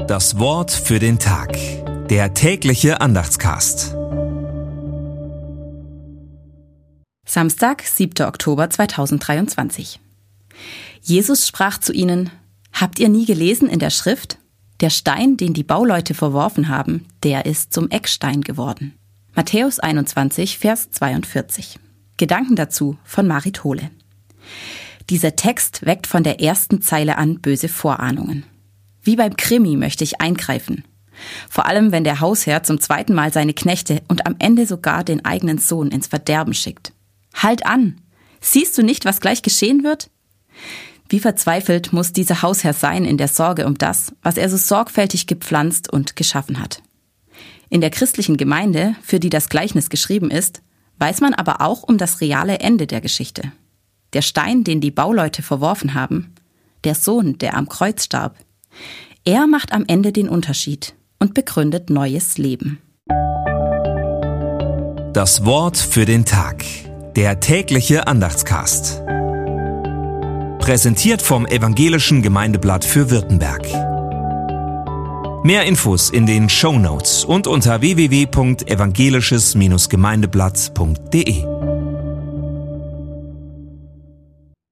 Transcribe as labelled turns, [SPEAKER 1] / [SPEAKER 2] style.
[SPEAKER 1] Das Wort für den Tag. Der tägliche Andachtscast.
[SPEAKER 2] Samstag, 7. Oktober 2023. Jesus sprach zu ihnen: Habt ihr nie gelesen in der Schrift? Der Stein, den die Bauleute verworfen haben, der ist zum Eckstein geworden. Matthäus 21, Vers 42. Gedanken dazu von Marit Hohle. Dieser Text weckt von der ersten Zeile an böse Vorahnungen. Wie beim Krimi möchte ich eingreifen. Vor allem, wenn der Hausherr zum zweiten Mal seine Knechte und am Ende sogar den eigenen Sohn ins Verderben schickt. Halt an! Siehst du nicht, was gleich geschehen wird? Wie verzweifelt muss dieser Hausherr sein in der Sorge um das, was er so sorgfältig gepflanzt und geschaffen hat. In der christlichen Gemeinde, für die das Gleichnis geschrieben ist, weiß man aber auch um das reale Ende der Geschichte. Der Stein, den die Bauleute verworfen haben, der Sohn, der am Kreuz starb, er macht am Ende den Unterschied und begründet neues Leben.
[SPEAKER 1] Das Wort für den Tag. Der tägliche Andachtscast. Präsentiert vom Evangelischen Gemeindeblatt für Württemberg. Mehr Infos in den Shownotes und unter www.evangelisches-gemeindeblatt.de.